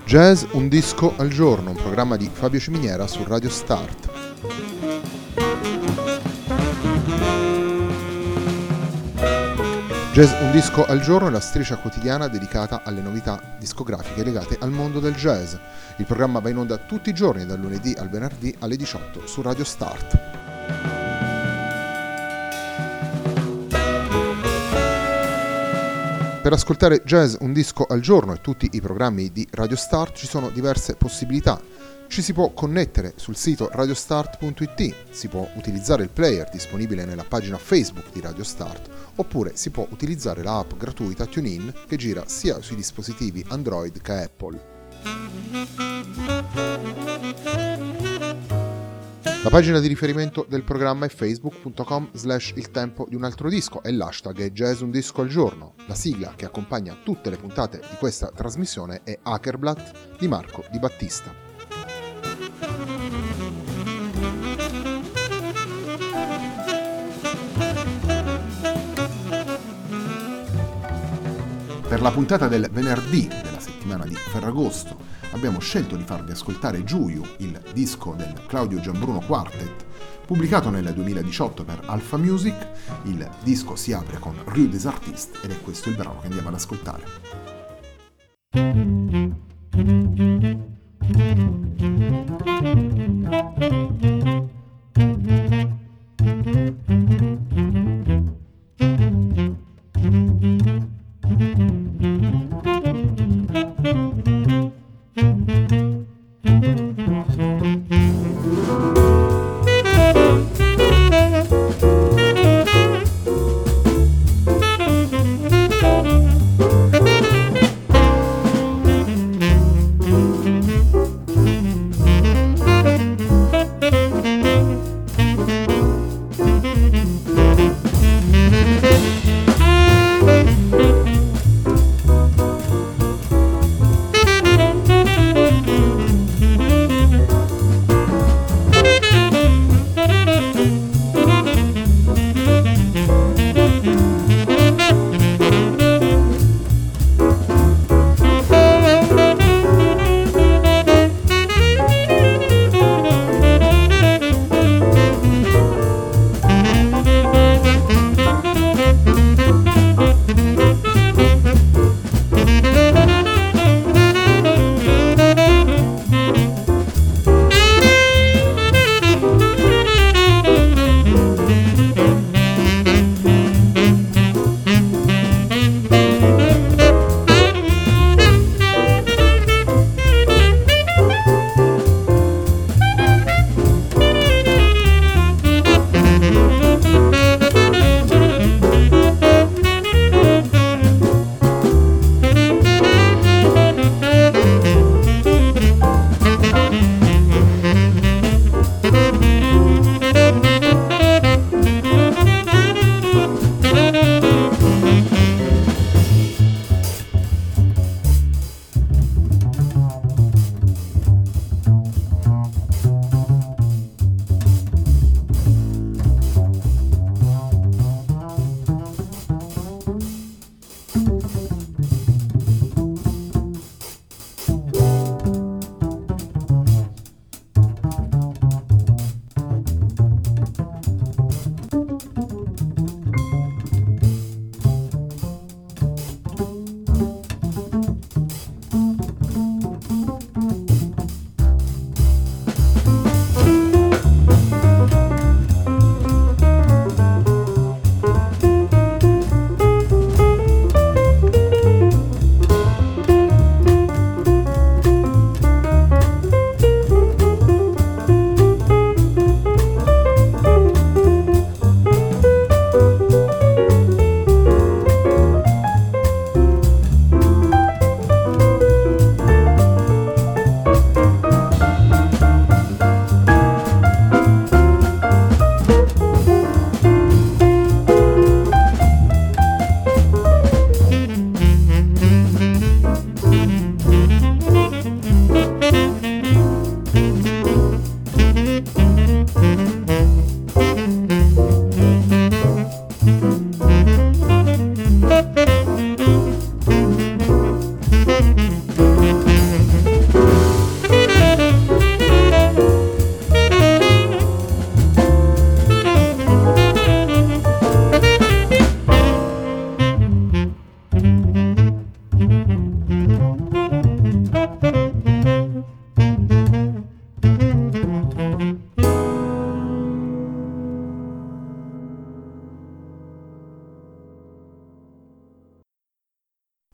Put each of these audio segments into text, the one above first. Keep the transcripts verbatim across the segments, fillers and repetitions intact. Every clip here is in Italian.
Jazz Un Disco al Giorno, un programma di Fabio Ciminiera su Radio Start. Jazz Un Disco al Giorno è la striscia quotidiana dedicata alle novità discografiche legate al mondo del jazz. Il programma va in onda tutti i giorni, dal lunedì al venerdì alle diciotto su Radio Start. Per ascoltare Jazz Un Disco al Giorno e tutti i programmi di Radio Start ci sono diverse possibilità. Ci si può connettere sul sito radiostart punto it, si può utilizzare il player disponibile nella pagina Facebook di Radio Start, oppure si può utilizzare la app gratuita TuneIn che gira sia sui dispositivi Android che Apple. La pagina di riferimento del programma è facebook punto com slash il tempo di un altro disco e l'hashtag è Jazz Un Disco al Giorno. La sigla che accompagna tutte le puntate di questa trasmissione è Hakerblatt di Marco Di Battista. Per la puntata del venerdì della settimana di Ferragosto abbiamo scelto di farvi ascoltare Giuliu, il disco del Claudio Gianbruno Quartet, pubblicato nel duemiladiciotto per Alpha Music. Il disco si apre con Rue des Artistes ed è questo il brano che andiamo ad ascoltare.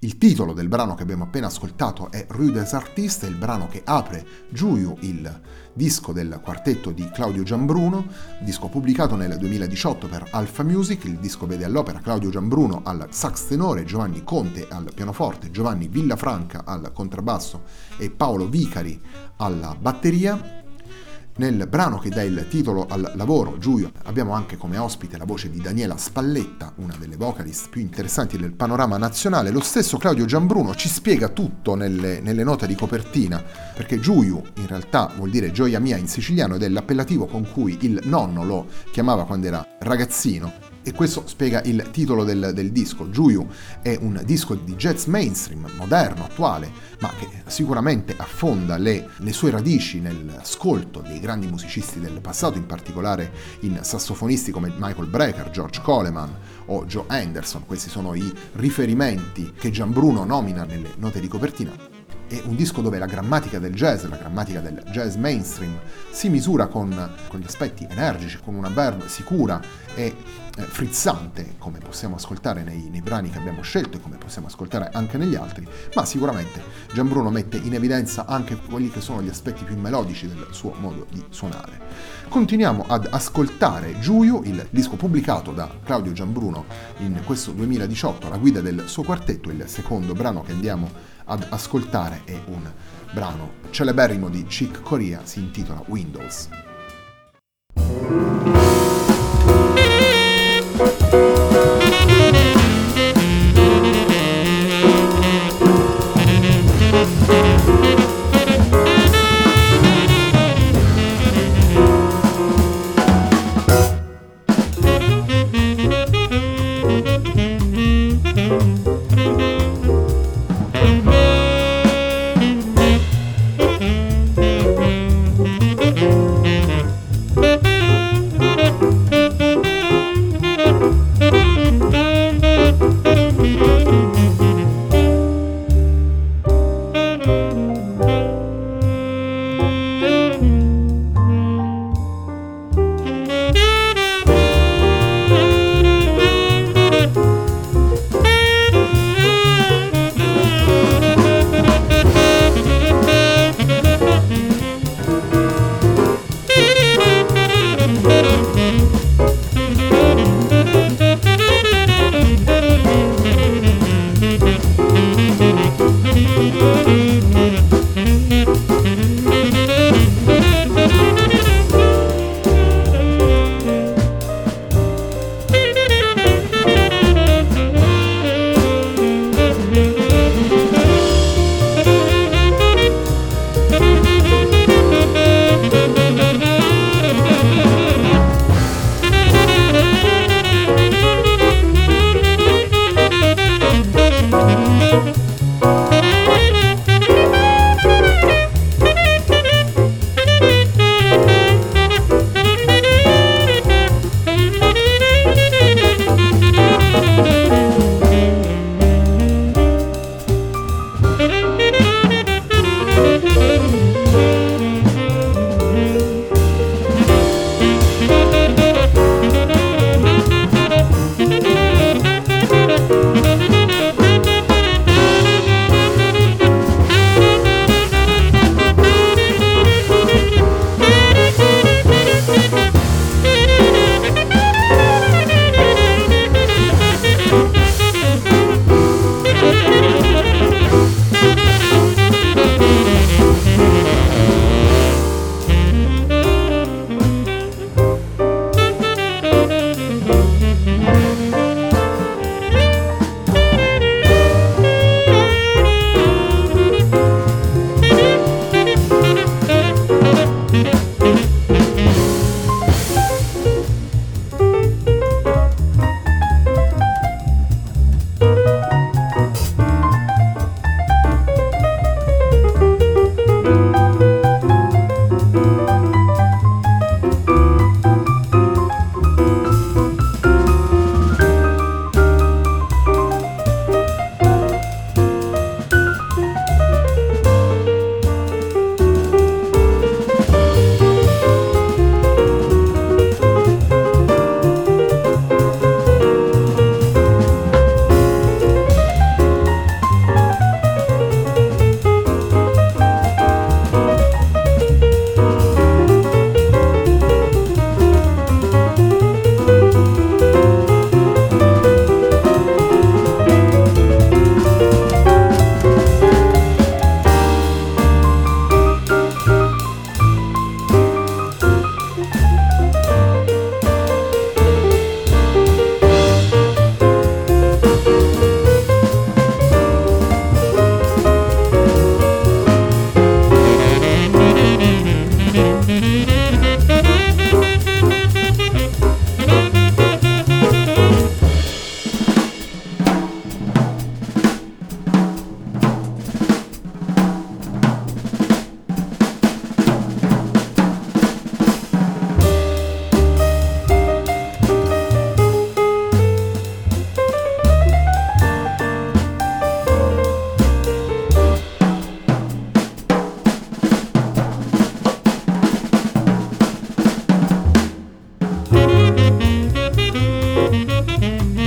Il titolo del brano che abbiamo appena ascoltato è Rue des Artistes, il brano che apre Giuyu, il disco del quartetto di Claudio Gianbruno, disco pubblicato nel duemiladiciotto per Alpha Music. Il disco vede all'opera Claudio Gianbruno al sax tenore, Giovanni Conte al pianoforte, Giovanni Villafranca al contrabbasso e Paolo Vicari alla batteria. Nel brano che dà il titolo al lavoro, Giuyu, abbiamo anche come ospite la voce di Daniela Spalletta, una delle vocalist più interessanti del panorama nazionale. Lo stesso Claudio Gianbruno ci spiega tutto nelle, nelle note di copertina, perché Giuyu in realtà vuol dire gioia mia in siciliano ed è l'appellativo con cui il nonno lo chiamava quando era ragazzino. E questo spiega il titolo del, del disco. Giuyu è un disco di jazz mainstream, moderno, attuale, ma che sicuramente affonda le, le sue radici nell'ascolto dei grandi musicisti del passato, in particolare in sassofonisti come Michael Brecker, George Coleman o Joe Anderson. Questi sono i riferimenti che Gianbruno nomina nelle note di copertina. È un disco dove la grammatica del jazz, la grammatica del jazz mainstream, si misura con, con gli aspetti energici, con una verve sicura e eh, frizzante, come possiamo ascoltare nei, nei brani che abbiamo scelto e come possiamo ascoltare anche negli altri, ma sicuramente Gianbruno mette in evidenza anche quelli che sono gli aspetti più melodici del suo modo di suonare. Continuiamo ad ascoltare Giuyu, il disco pubblicato da Claudio Gianbruno in questo duemiladiciotto alla guida del suo quartetto. Il secondo brano che andiamo ad ascoltare è un brano celeberrimo di Chick Corea, si intitola Windows.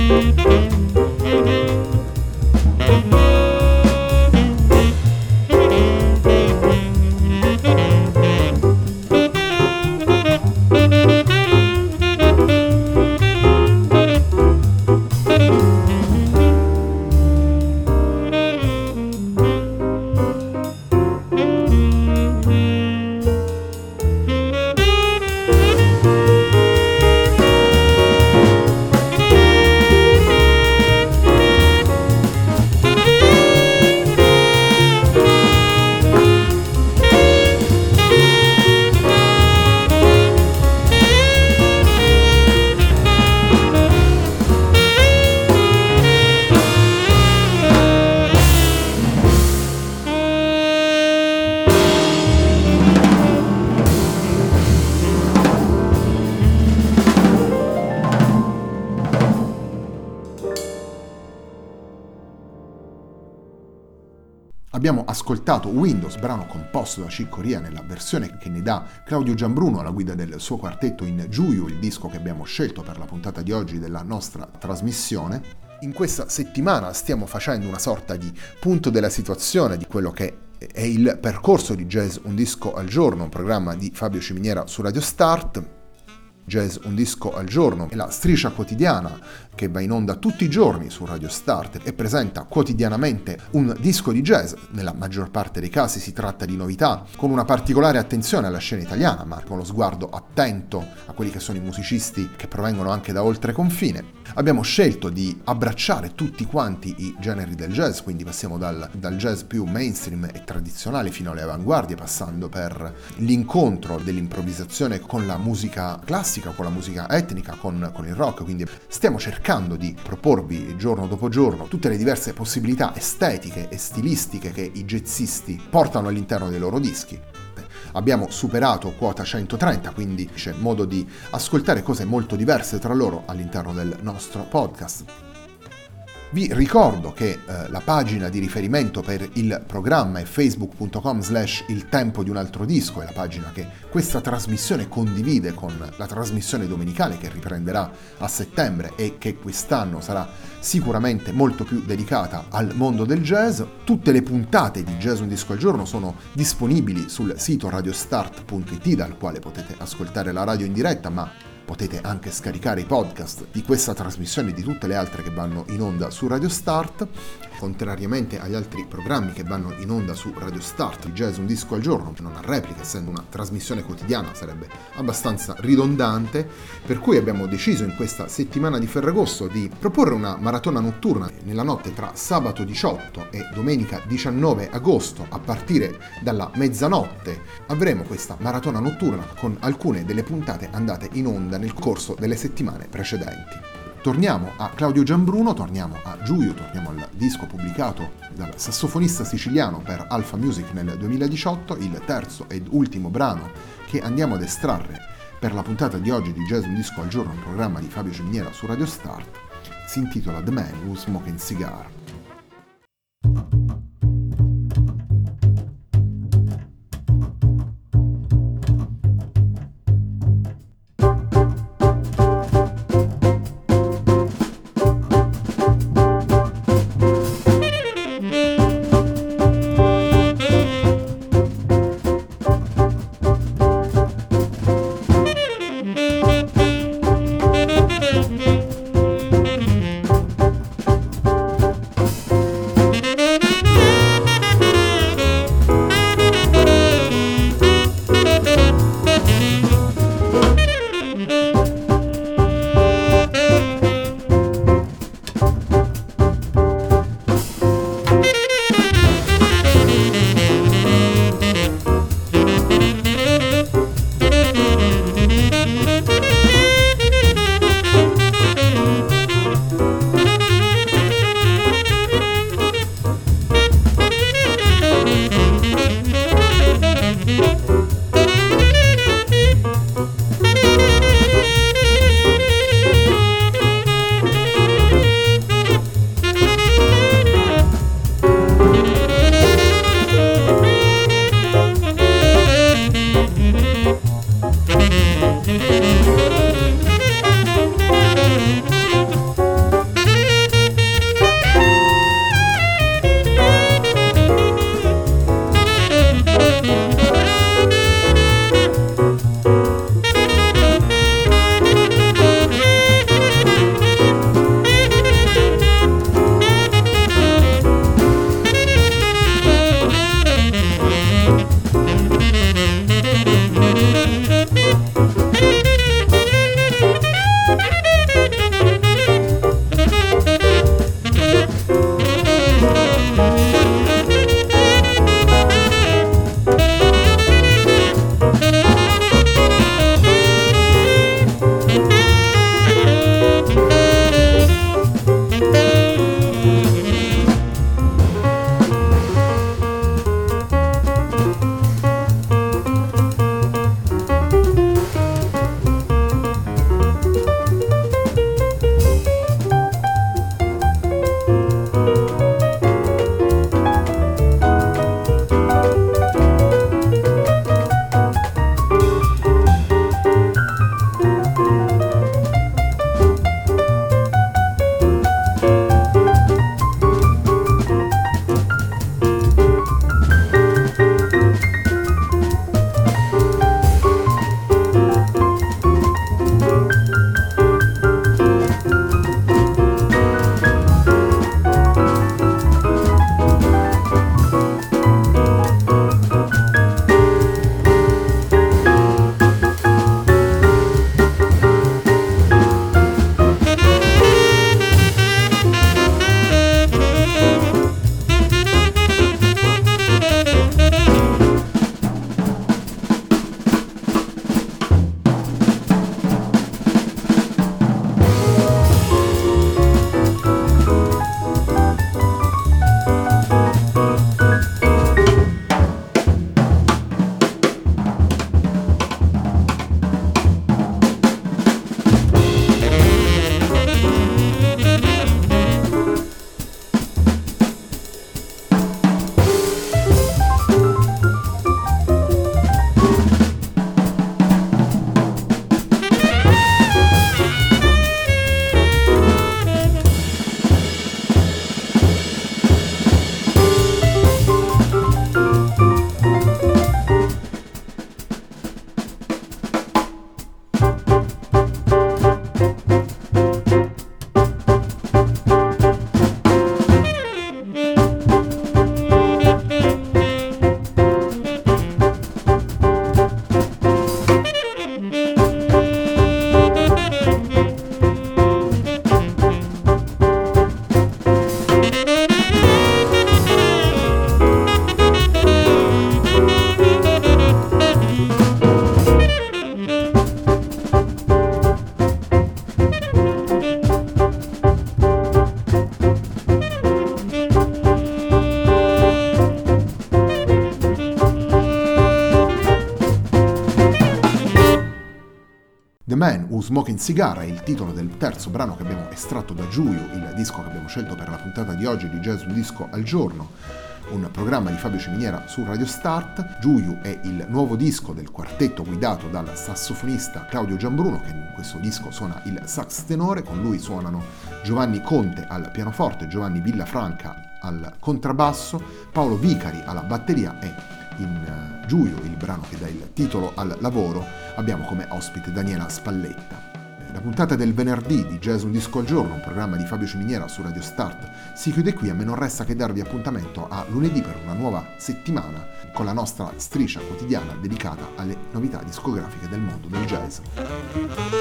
Abbiamo ascoltato Windows, brano composto da Chick Corea nella versione che ne dà Claudio Giambruno alla guida del suo quartetto in Giuyu, il disco che abbiamo scelto per la puntata di oggi della nostra trasmissione. In questa settimana stiamo facendo una sorta di punto della situazione di quello che è il percorso di Jazz Un Disco al Giorno, un programma di Fabio Ciminiera su Radio Start. Jazz Un Disco al Giorno è la striscia quotidiana che va in onda tutti i giorni su Radio Start e presenta quotidianamente un disco di jazz. Nella maggior parte dei casi si tratta di novità, con una particolare attenzione alla scena italiana, ma con lo sguardo attento a quelli che sono i musicisti che provengono anche da oltre confine. Abbiamo scelto di abbracciare tutti quanti i generi del jazz, quindi passiamo dal, dal jazz più mainstream e tradizionale fino alle avanguardie, passando per l'incontro dell'improvvisazione con la musica classica, con la musica etnica, con, con il rock. Quindi stiamo cercando di proporvi giorno dopo giorno tutte le diverse possibilità estetiche e stilistiche che i jazzisti portano all'interno dei loro dischi. Abbiamo superato quota centotrenta, quindi c'è modo di ascoltare cose molto diverse tra loro all'interno del nostro podcast. Vi ricordo che eh, la pagina di riferimento per il programma è facebook punto com slash il tempo di un altro disco, è la pagina che questa trasmissione condivide con la trasmissione domenicale che riprenderà a settembre e che quest'anno sarà sicuramente molto più dedicata al mondo del jazz. Tutte le puntate di Jazz Un Disco al Giorno sono disponibili sul sito radiostart punto it, dal quale potete ascoltare la radio in diretta, ma potete anche scaricare i podcast di questa trasmissione e di tutte le altre che vanno in onda su Radio Start. Contrariamente agli altri programmi che vanno in onda su Radio Start, il Jazz Un Disco al Giorno non ha replica, essendo una trasmissione quotidiana sarebbe abbastanza ridondante, per cui abbiamo deciso in questa settimana di Ferragosto di proporre una maratona notturna nella notte tra sabato diciotto e domenica diciannove agosto. A partire dalla mezzanotte avremo questa maratona notturna con alcune delle puntate andate in onda nel corso delle settimane precedenti. Torniamo a Claudio Giambruno, torniamo a Giuyu, torniamo al disco pubblicato dal sassofonista siciliano per Alpha Music nel duemiladiciotto, il terzo ed ultimo brano che andiamo ad estrarre per la puntata di oggi di Jazz Un Disco al Giorno, un programma di Fabio Ciminiera su Radio Start, si intitola The Man Who's Smoking Cigar. Smoking Cigar è il titolo del terzo brano che abbiamo estratto da Giuyu, il disco che abbiamo scelto per la puntata di oggi di Jazz Un Disco al Giorno, un programma di Fabio Ciminiera su Radio Start. Giuyu è il nuovo disco del quartetto guidato dal sassofonista Claudio Gianbruno, che in questo disco suona il sax tenore. Con lui suonano Giovanni Conte al pianoforte, Giovanni Villafranca al contrabbasso, Paolo Vicari alla batteria e in Giuyu, il brano che dà il titolo al lavoro, abbiamo come ospite Daniela Spalletta. La puntata del venerdì di Jazz Un Disco al Giorno, un programma di Fabio Ciminiera su Radio Start, si chiude qui. A me non resta che darvi appuntamento a lunedì per una nuova settimana con la nostra striscia quotidiana dedicata alle novità discografiche del mondo del jazz.